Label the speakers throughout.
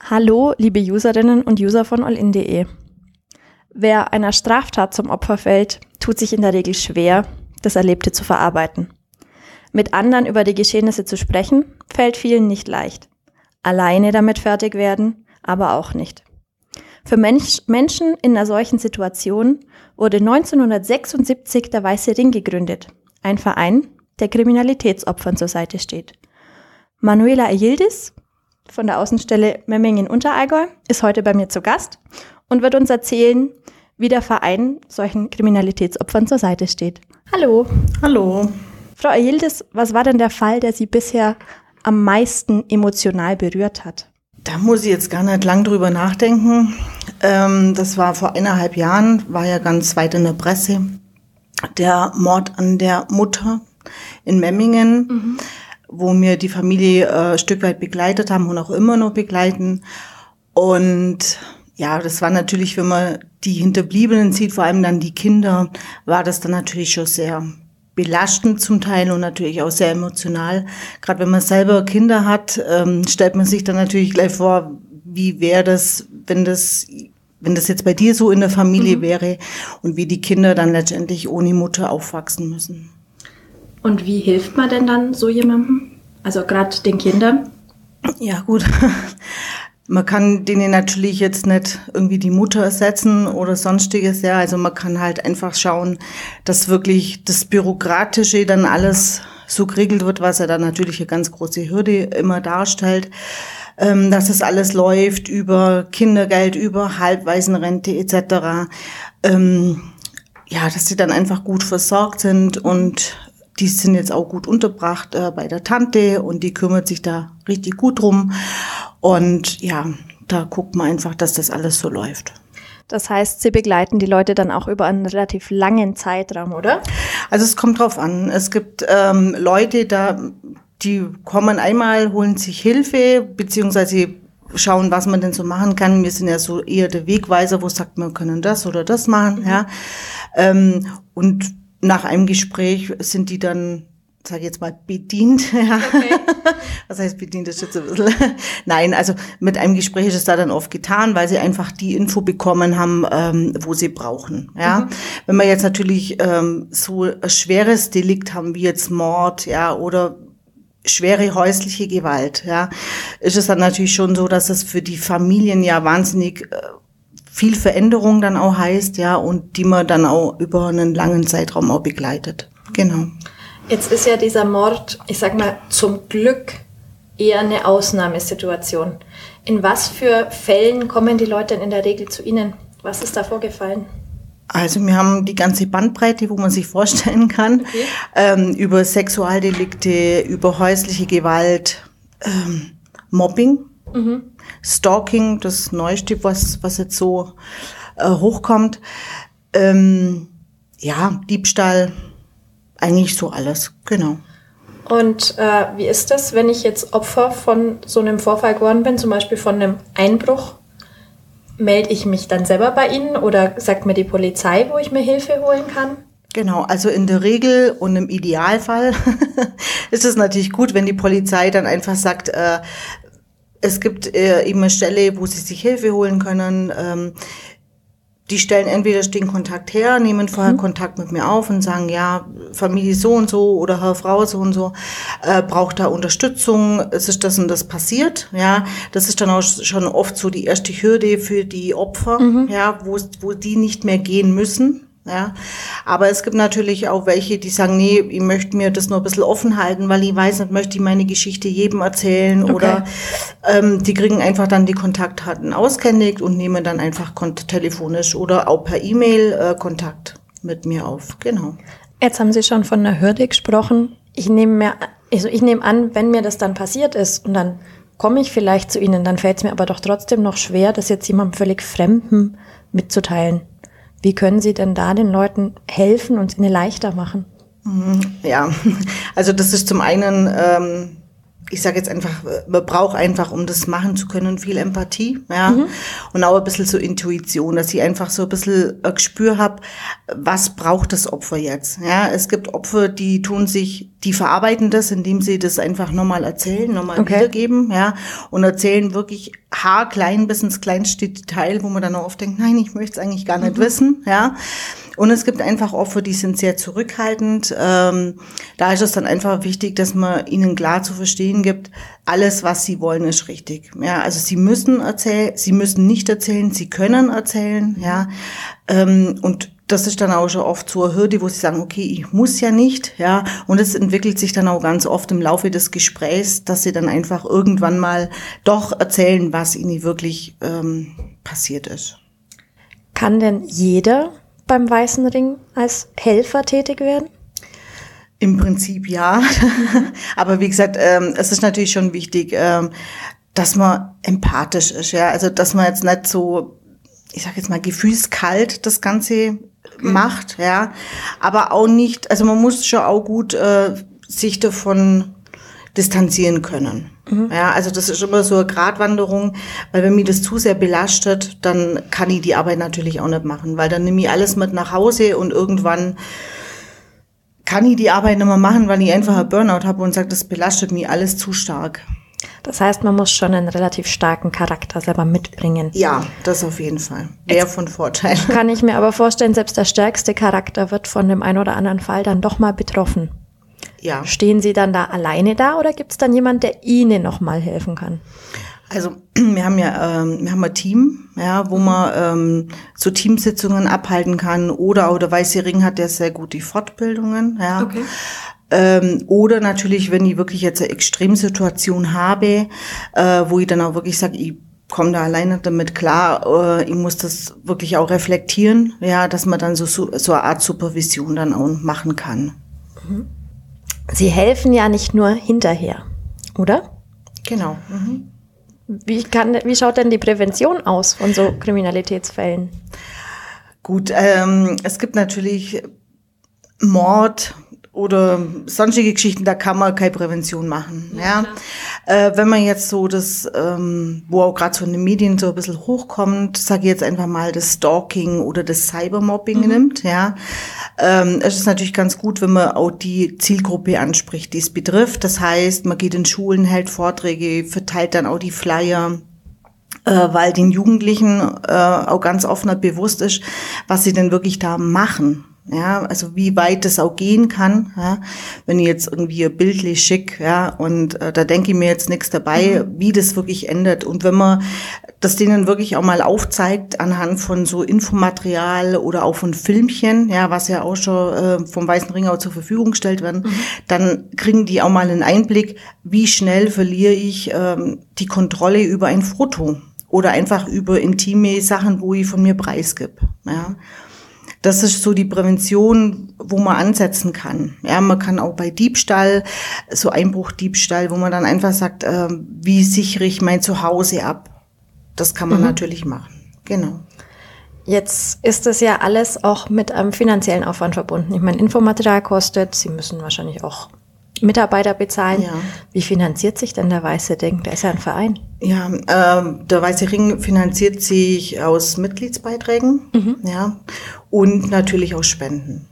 Speaker 1: Hallo, liebe Userinnen und User von allin.de. Wer einer Straftat zum Opfer fällt, tut sich in der Regel schwer, das Erlebte zu verarbeiten. Mit anderen über die Geschehnisse zu sprechen, fällt vielen nicht leicht. Alleine damit fertig werden, aber auch nicht. Für Menschen in einer solchen Situation wurde 1976 der Weiße Ring gegründet, ein Verein, der Kriminalitätsopfern zur Seite steht. Manuela Ayildis von der Außenstelle Memmingen-Unterallgäu ist heute bei mir zu Gast und wird uns erzählen, wie der Verein solchen Kriminalitätsopfern zur Seite steht. Hallo.
Speaker 2: Hallo.
Speaker 1: Frau Ayildis, was war denn der Fall, der Sie bisher am meisten emotional berührt hat?
Speaker 2: Da muss ich jetzt gar nicht lang drüber nachdenken. Das war vor 1,5 Jahren, war ja ganz weit in der Presse, der Mord an der Mutter in Memmingen, wo wir die Familie ein Stück weit begleitet haben und auch immer noch begleiten. Und ja, das war natürlich, wenn man die Hinterbliebenen sieht, vor allem dann die Kinder, war das dann natürlich schon sehr belastend zum Teil und natürlich auch sehr emotional. Gerade wenn man selber Kinder hat, stellt man sich dann natürlich gleich vor, wie wäre das, wenn das jetzt bei dir so in der Familie wäre und wie die Kinder dann letztendlich ohne Mutter aufwachsen müssen.
Speaker 1: Und wie hilft man denn dann so jemandem? Also gerade den Kindern?
Speaker 2: Ja gut, man kann denen natürlich jetzt nicht irgendwie die Mutter ersetzen oder sonstiges. Ja, also man kann halt einfach schauen, dass wirklich das Bürokratische dann alles so geregelt wird, was ja dann natürlich eine ganz große Hürde immer darstellt. Dass es alles läuft über Kindergeld, über Halbwaisenrente etc. Ja, dass sie dann einfach gut versorgt sind und die sind jetzt auch gut untergebracht bei der Tante und die kümmert sich da richtig gut drum. Und ja, da guckt man einfach, dass das alles so läuft.
Speaker 1: Das heißt, Sie begleiten die Leute dann auch über einen relativ langen Zeitraum, oder?
Speaker 2: Also es kommt drauf an. Es gibt Leute, die kommen einmal, holen sich Hilfe, beziehungsweise schauen, was man denn so machen kann. Wir sind ja so eher der Wegweiser, wo sagt man, können das oder das machen. Ja. Und nach einem Gespräch sind die dann, sage ich jetzt mal, bedient. Ja. Okay. Was heißt bedient? Das ist jetzt ein bisschen. Nein, also mit einem Gespräch ist es da dann oft getan, weil sie einfach die Info bekommen haben, wo sie brauchen. Ja. Wenn wir jetzt natürlich so ein schweres Delikt haben, wie jetzt Mord, ja, oder schwere häusliche Gewalt, ja, ist es dann natürlich schon so, dass es für die Familien ja wahnsinnig viel Veränderung dann auch heißt, ja, und die man dann auch über einen langen Zeitraum auch begleitet. Genau.
Speaker 1: Jetzt ist ja dieser Mord, ich sag mal, zum Glück eher eine Ausnahmesituation. In was für Fällen kommen die Leute denn in der Regel zu Ihnen? Was ist da vorgefallen?
Speaker 2: Also wir haben die ganze Bandbreite, wo man sich vorstellen kann, über Sexualdelikte, über häusliche Gewalt, Mobbing, Stalking, das Neueste, was jetzt so hochkommt, ja, Diebstahl, eigentlich so alles, genau.
Speaker 1: Und wie ist das, wenn ich jetzt Opfer von so einem Vorfall geworden bin, zum Beispiel von einem Einbruch? Melde ich mich dann selber bei Ihnen oder sagt mir die Polizei, wo ich mir Hilfe holen kann?
Speaker 2: Genau, also in der Regel und im Idealfall ist es natürlich gut, wenn die Polizei dann einfach sagt, es gibt eben eine Stelle, wo sie sich Hilfe holen können. Die stellen entweder den Kontakt her, nehmen vorher Kontakt mit mir auf und sagen, ja, Familie so und so oder Herr, Frau so und so, braucht da Unterstützung, es ist das und das passiert, ja. Das ist dann auch schon oft so die erste Hürde für die Opfer, ja, wo die nicht mehr gehen müssen. Ja, aber es gibt natürlich auch welche, die sagen, nee, ich möchte mir das nur ein bisschen offen halten, weil ich weiß nicht, möchte ich meine Geschichte jedem erzählen, okay. Oder die kriegen einfach dann die Kontaktdaten ausgehändigt und nehmen dann einfach telefonisch oder auch per E-Mail Kontakt mit mir auf, genau.
Speaker 1: Jetzt haben Sie schon von einer Hürde gesprochen. Ich nehme an, wenn mir das dann passiert ist und dann komme ich vielleicht zu Ihnen, dann fällt es mir aber doch trotzdem noch schwer, das jetzt jemandem völlig Fremden mitzuteilen. Wie können Sie denn da den Leuten helfen und es ihnen leichter machen?
Speaker 2: Ja, also das ist zum einen ich sage jetzt einfach, man braucht einfach, um das machen zu können, viel Empathie, ja, und auch ein bisschen so Intuition, dass ich einfach so ein bisschen ein Gespür habe, was braucht das Opfer jetzt, ja. Es gibt Opfer, die verarbeiten das, indem sie das einfach nochmal erzählen, nochmal wiedergeben, ja, und erzählen wirklich haarklein bis ins kleinste Detail, wo man dann auch oft denkt, nein, ich möchte es eigentlich gar nicht wissen, ja. Und es gibt einfach Opfer, die sind sehr zurückhaltend. Da ist es dann einfach wichtig, dass man ihnen klar zu verstehen gibt, alles, was sie wollen, ist richtig. Ja, also sie müssen erzählen, sie müssen nicht erzählen, sie können erzählen. Ja, und das ist dann auch schon oft so eine Hürde, wo sie sagen, okay, ich muss ja nicht. Ja, und es entwickelt sich dann auch ganz oft im Laufe des Gesprächs, dass sie dann einfach irgendwann mal doch erzählen, was ihnen wirklich passiert ist.
Speaker 1: Kann denn jeder beim Weißen Ring als Helfer tätig werden?
Speaker 2: Im Prinzip ja. Aber wie gesagt, es ist natürlich schon wichtig, dass man empathisch ist. Ja, also dass man jetzt nicht so, ich sag jetzt mal, gefühlskalt das Ganze macht. Ja, aber auch nicht, also man muss schon auch gut sich davon distanzieren können. Ja, also das ist immer so eine Gratwanderung, weil wenn mich das zu sehr belastet, dann kann ich die Arbeit natürlich auch nicht machen, weil dann nehme ich alles mit nach Hause und irgendwann kann ich die Arbeit nicht mehr machen, weil ich einfach einen Burnout habe und sage, das belastet mich alles zu stark.
Speaker 1: Das heißt, man muss schon einen relativ starken Charakter selber mitbringen.
Speaker 2: Ja, das auf jeden Fall. Wäre von Vorteil.
Speaker 1: Kann ich mir aber vorstellen, selbst der stärkste Charakter wird von dem einen oder anderen Fall dann doch mal betroffen.
Speaker 2: Ja.
Speaker 1: Stehen Sie dann da alleine da oder gibt es dann jemand, der Ihnen noch mal helfen kann?
Speaker 2: Also wir haben ein Team, ja, wo man so Teamsitzungen abhalten kann, oder auch der Weiße Ring hat ja sehr gut die Fortbildungen, ja. Okay. Oder natürlich, wenn ich wirklich jetzt eine Extremsituation habe, wo ich dann auch wirklich sage, ich komme da alleine damit klar, ich muss das wirklich auch reflektieren, ja, dass man dann so eine Art Supervision dann auch machen kann.
Speaker 1: Sie helfen ja nicht nur hinterher, oder?
Speaker 2: Genau.
Speaker 1: Wie schaut denn die Prävention aus von so Kriminalitätsfällen?
Speaker 2: Gut, es gibt natürlich Mord oder sonstige Geschichten, da kann man keine Prävention machen. Ja, wenn man jetzt so das, wo auch gerade so in den Medien so ein bisschen hochkommt, sage ich jetzt einfach mal das Stalking oder das Cybermobbing nimmt. Ja, es ist natürlich ganz gut, wenn man auch die Zielgruppe anspricht, die es betrifft. Das heißt, man geht in Schulen, hält Vorträge, verteilt dann auch die Flyer, weil den Jugendlichen auch ganz oft nicht bewusst ist, was sie denn wirklich da machen. Ja, also wie weit das auch gehen kann, ja, wenn ich jetzt irgendwie bildlich schick, ja, und da denke ich mir jetzt nichts dabei, wie das wirklich endet. Und wenn man das denen wirklich auch mal aufzeigt anhand von so Infomaterial oder auch von Filmchen, ja, was ja auch schon vom Weißen Ring auch zur Verfügung gestellt werden, dann kriegen die auch mal einen Einblick, wie schnell verliere ich die Kontrolle über ein Foto oder einfach über intime Sachen, wo ich von mir preisgebe, ja. Das ist so die Prävention, wo man ansetzen kann. Ja, man kann auch bei Diebstahl, so Einbruchdiebstahl, wo man dann einfach sagt, wie sichere ich mein Zuhause ab? Das kann man natürlich machen. Genau.
Speaker 1: Jetzt ist das ja alles auch mit einem finanziellen Aufwand verbunden. Ich meine, Infomaterial kostet, Sie müssen wahrscheinlich auch Mitarbeiter bezahlen. Ja. Wie finanziert sich denn der Weiße Ring? Der ist ja ein Verein.
Speaker 2: Ja, der Weiße Ring finanziert sich aus Mitgliedsbeiträgen, ja, und natürlich aus Spenden.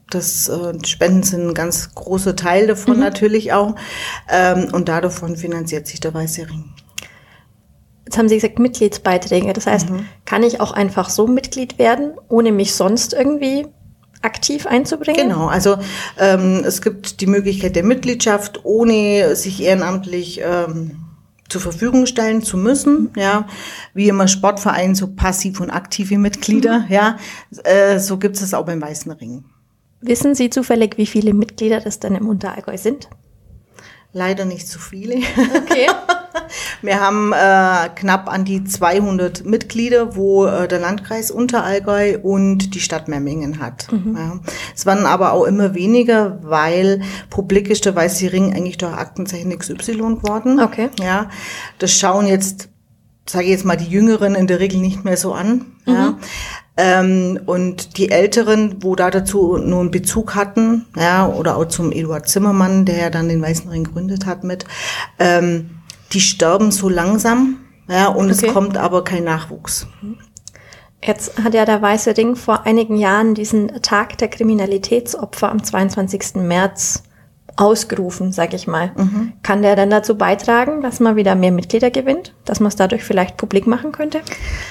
Speaker 2: Spenden sind ein ganz großer Teil davon natürlich auch, und davon finanziert sich der Weiße Ring.
Speaker 1: Jetzt haben Sie gesagt Mitgliedsbeiträge. Das heißt, kann ich auch einfach so Mitglied werden, ohne mich sonst irgendwie aktiv einzubringen?
Speaker 2: Genau, also es gibt die Möglichkeit der Mitgliedschaft, ohne sich ehrenamtlich zur Verfügung stellen zu müssen, ja, wie immer Sportverein, so passiv und aktive Mitglieder, ja, so gibt es auch beim Weißen Ring.
Speaker 1: Wissen Sie zufällig, wie viele Mitglieder das denn im Unterallgäu sind?
Speaker 2: Leider nicht so viele.
Speaker 1: Okay.
Speaker 2: Wir haben knapp an die 200 Mitglieder, wo der Landkreis Unterallgäu und die Stadt Memmingen hat. Ja. Es waren aber auch immer weniger, weil publik ist der Weiße Ring eigentlich durch Aktenzeichen XY geworden.
Speaker 1: Okay.
Speaker 2: Ja, das schauen jetzt, sage ich jetzt mal, die Jüngeren in der Regel nicht mehr so an. Ja. Und die Älteren, wo da dazu nur einen Bezug hatten, ja, oder auch zum Eduard Zimmermann, der ja dann den Weißen Ring gegründet hat die sterben so langsam, ja, und es kommt aber kein Nachwuchs.
Speaker 1: Jetzt hat ja der Weiße Ring vor einigen Jahren diesen Tag der Kriminalitätsopfer am 22. März ausgerufen, sag ich mal. Kann der denn dazu beitragen, dass man wieder mehr Mitglieder gewinnt? Dass man es dadurch vielleicht publik machen könnte?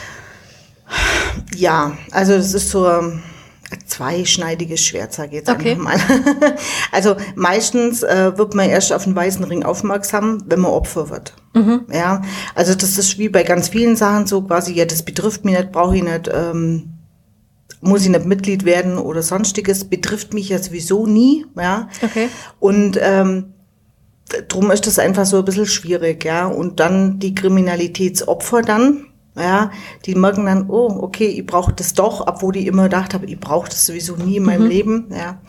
Speaker 2: Ja, also es ist so ein zweischneidiges Schwert, sage ich jetzt einfach mal. Also meistens wird man erst auf den Weißen Ring aufmerksam, wenn man Opfer wird. Ja, also das ist wie bei ganz vielen Sachen so quasi, ja, das betrifft mich nicht, brauche ich nicht, muss ich nicht Mitglied werden oder sonstiges, betrifft mich ja sowieso nie, ja. Und drum ist das einfach so ein bisschen schwierig, ja. Und dann die Kriminalitätsopfer dann, ja, die merken dann, oh, okay, ich brauche das doch, obwohl ich immer gedacht habe, ich brauche das sowieso nie in meinem Leben, ja.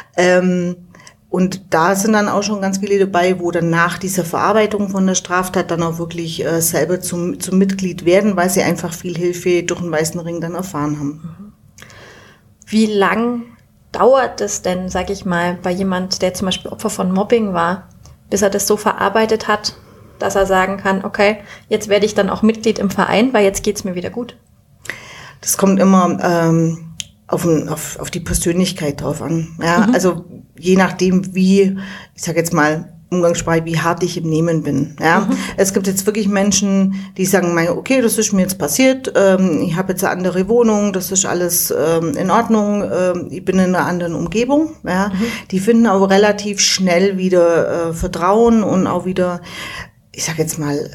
Speaker 2: Und da sind dann auch schon ganz viele dabei, wo dann nach dieser Verarbeitung von der Straftat dann auch wirklich selber zum Mitglied werden, weil sie einfach viel Hilfe durch den Weißen Ring dann erfahren haben.
Speaker 1: Wie lang dauert es denn, sag ich mal, bei jemand, der zum Beispiel Opfer von Mobbing war, bis er das so verarbeitet hat, dass er sagen kann, okay, jetzt werde ich dann auch Mitglied im Verein, weil jetzt geht's mir wieder gut?
Speaker 2: Das kommt immer auf die Persönlichkeit drauf an. Ja, also je nachdem, wie, ich sage jetzt mal umgangssprachlich, wie hart ich im Nehmen bin. Ja, es gibt jetzt wirklich Menschen, die sagen, okay, das ist mir jetzt passiert, ich habe jetzt eine andere Wohnung, das ist alles in Ordnung, ich bin in einer anderen Umgebung. Ja, die finden aber relativ schnell wieder Vertrauen und auch wieder, ich sage jetzt mal,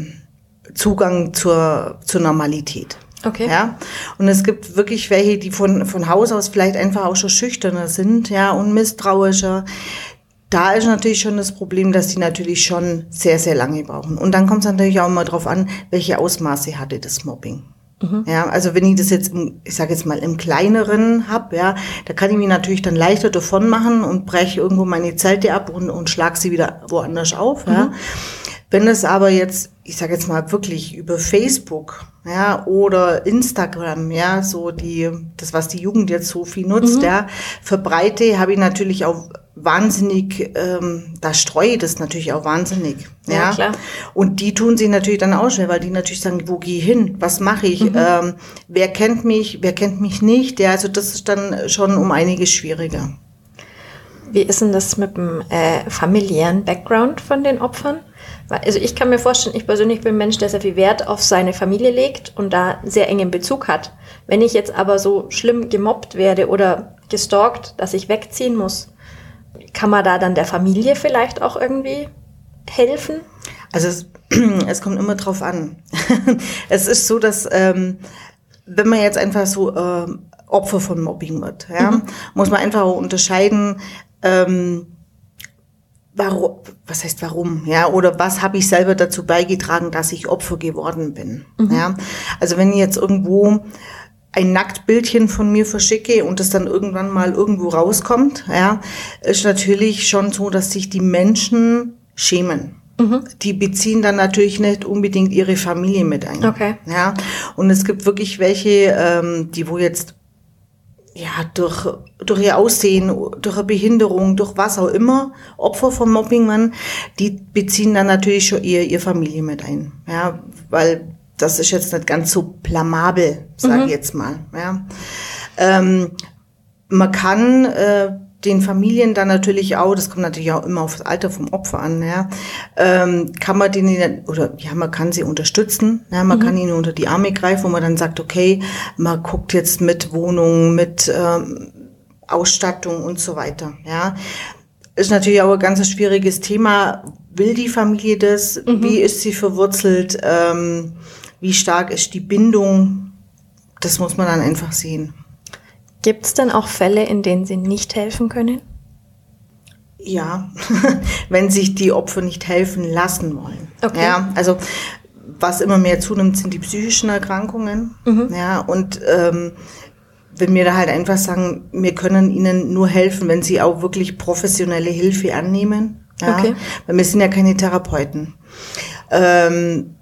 Speaker 2: Zugang zur Normalität. Ja, und es gibt wirklich welche, die von Haus aus vielleicht einfach auch schon schüchterner sind, ja, und misstrauischer. Da ist natürlich schon das Problem, dass die natürlich schon sehr, sehr lange brauchen. Und dann kommt es natürlich auch immer drauf an, welche Ausmaße hatte das Mobbing. Ja, also wenn ich das jetzt, ich sage jetzt mal, im Kleineren habe, ja, da kann ich mich natürlich dann leichter davon machen und breche irgendwo meine Zelte ab und schlag sie wieder woanders auf, ja. Wenn es aber jetzt, ich sage jetzt mal wirklich über Facebook, ja, oder Instagram, ja, so das, was die Jugend jetzt so viel nutzt, ja, verbreite, habe ich natürlich auch wahnsinnig, da streue ich das natürlich auch wahnsinnig, ja. Klar. Und die tun sich natürlich dann auch schwer, weil die natürlich sagen, wo gehe ich hin, was mache ich, wer kennt mich nicht, ja, also das ist dann schon um einiges schwieriger.
Speaker 1: Wie ist denn das mit dem familiären Background von den Opfern? Also ich kann mir vorstellen, ich persönlich bin ein Mensch, der sehr viel Wert auf seine Familie legt und da sehr engen Bezug hat. Wenn ich jetzt aber so schlimm gemobbt werde oder gestalkt, dass ich wegziehen muss, kann man da dann der Familie vielleicht auch irgendwie helfen?
Speaker 2: Also es kommt immer drauf an. Es ist so, dass wenn man jetzt einfach so Opfer von Mobbing wird, ja, muss man einfach auch unterscheiden, warum, was heißt warum, ja, oder was habe ich selber dazu beigetragen, dass ich Opfer geworden bin, ja. Also wenn ich jetzt irgendwo ein Nacktbildchen von mir verschicke und das dann irgendwann mal irgendwo rauskommt, ja, ist natürlich schon so, dass sich die Menschen schämen. Die beziehen dann natürlich nicht unbedingt ihre Familie mit ein. Ja, und es gibt wirklich welche, die wo jetzt ja, durch ihr Aussehen, durch eine Behinderung, durch was auch immer, Opfer vom Mobbing waren, die beziehen dann natürlich schon ihr Familie mit ein. Ja, weil das ist jetzt nicht ganz so blamabel, sage ich jetzt mal. Ja. Man kann den Familien dann natürlich auch, das kommt natürlich auch immer auf das Alter vom Opfer an, ja, kann man denen, oder ja, man kann sie unterstützen, ja, man kann ihnen unter die Arme greifen, wo man dann sagt, okay, man guckt jetzt mit Wohnung, mit Ausstattung und so weiter, ja. Ist natürlich auch ein ganz schwieriges Thema. Will die Familie das? Wie ist sie verwurzelt? Wie stark ist die Bindung? Das muss man dann einfach sehen.
Speaker 1: Gibt es denn auch Fälle, in denen Sie nicht helfen können?
Speaker 2: Ja, wenn sich die Opfer nicht helfen lassen wollen. Ja, also was immer mehr zunimmt, sind die psychischen Erkrankungen. Ja, und wenn wir da halt einfach sagen, wir können ihnen nur helfen, wenn sie auch wirklich professionelle Hilfe annehmen. Ja, weil wir sind ja keine Therapeuten.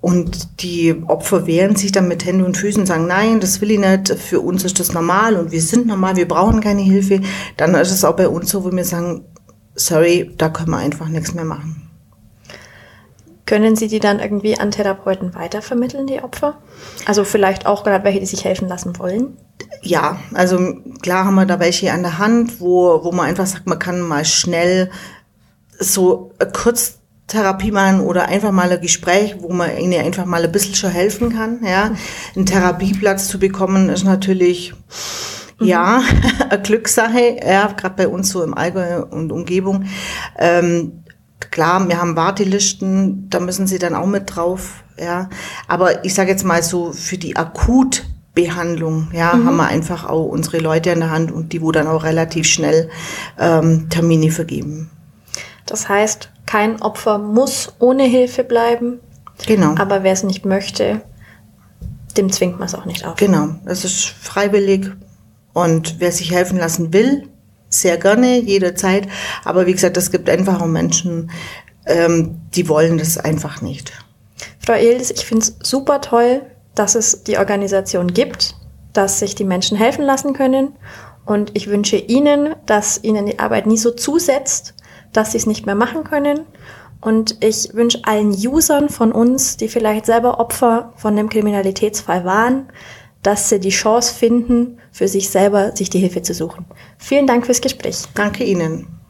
Speaker 2: und die Opfer wehren sich dann mit Händen und Füßen und sagen, nein, das will ich nicht, für uns ist das normal und wir sind normal, wir brauchen keine Hilfe, dann ist es auch bei uns so, wo wir sagen, sorry, da können wir einfach nichts mehr machen.
Speaker 1: Können Sie die dann irgendwie an Therapeuten weitervermitteln, die Opfer? Also vielleicht auch gerade welche, die sich helfen lassen wollen?
Speaker 2: Ja, also klar haben wir da welche an der Hand, wo man einfach sagt, man kann mal schnell so eine Kurztherapie machen oder einfach mal ein Gespräch, wo man ihnen einfach mal ein bisschen schon helfen kann. Ja, einen Therapieplatz zu bekommen ist natürlich ja eine Glückssache. Ja, gerade bei uns so im Allgäu und Umgebung. Klar, wir haben Wartelisten, da müssen sie dann auch mit drauf. Ja, aber ich sage jetzt mal so für die Akutbehandlung, ja, haben wir einfach auch unsere Leute an der Hand und die, wo dann auch relativ schnell Termine vergeben.
Speaker 1: Das heißt, kein Opfer muss ohne Hilfe bleiben.
Speaker 2: Genau.
Speaker 1: Aber wer es nicht möchte, dem zwingt man es auch nicht auf.
Speaker 2: Genau, das ist freiwillig und wer sich helfen lassen will, sehr gerne, jederzeit. Aber wie gesagt, es gibt einfach auch Menschen, die wollen das einfach nicht.
Speaker 1: Frau Ehldes, ich finde es super toll, dass es die Organisation gibt, dass sich die Menschen helfen lassen können. Und ich wünsche Ihnen, dass Ihnen die Arbeit nie so zusetzt, dass Sie es nicht mehr machen können. Und ich wünsche allen Usern von uns, die vielleicht selber Opfer von einem Kriminalitätsfall waren, dass sie die Chance finden, für sich selber sich die Hilfe zu suchen. Vielen Dank fürs Gespräch.
Speaker 2: Danke Ihnen.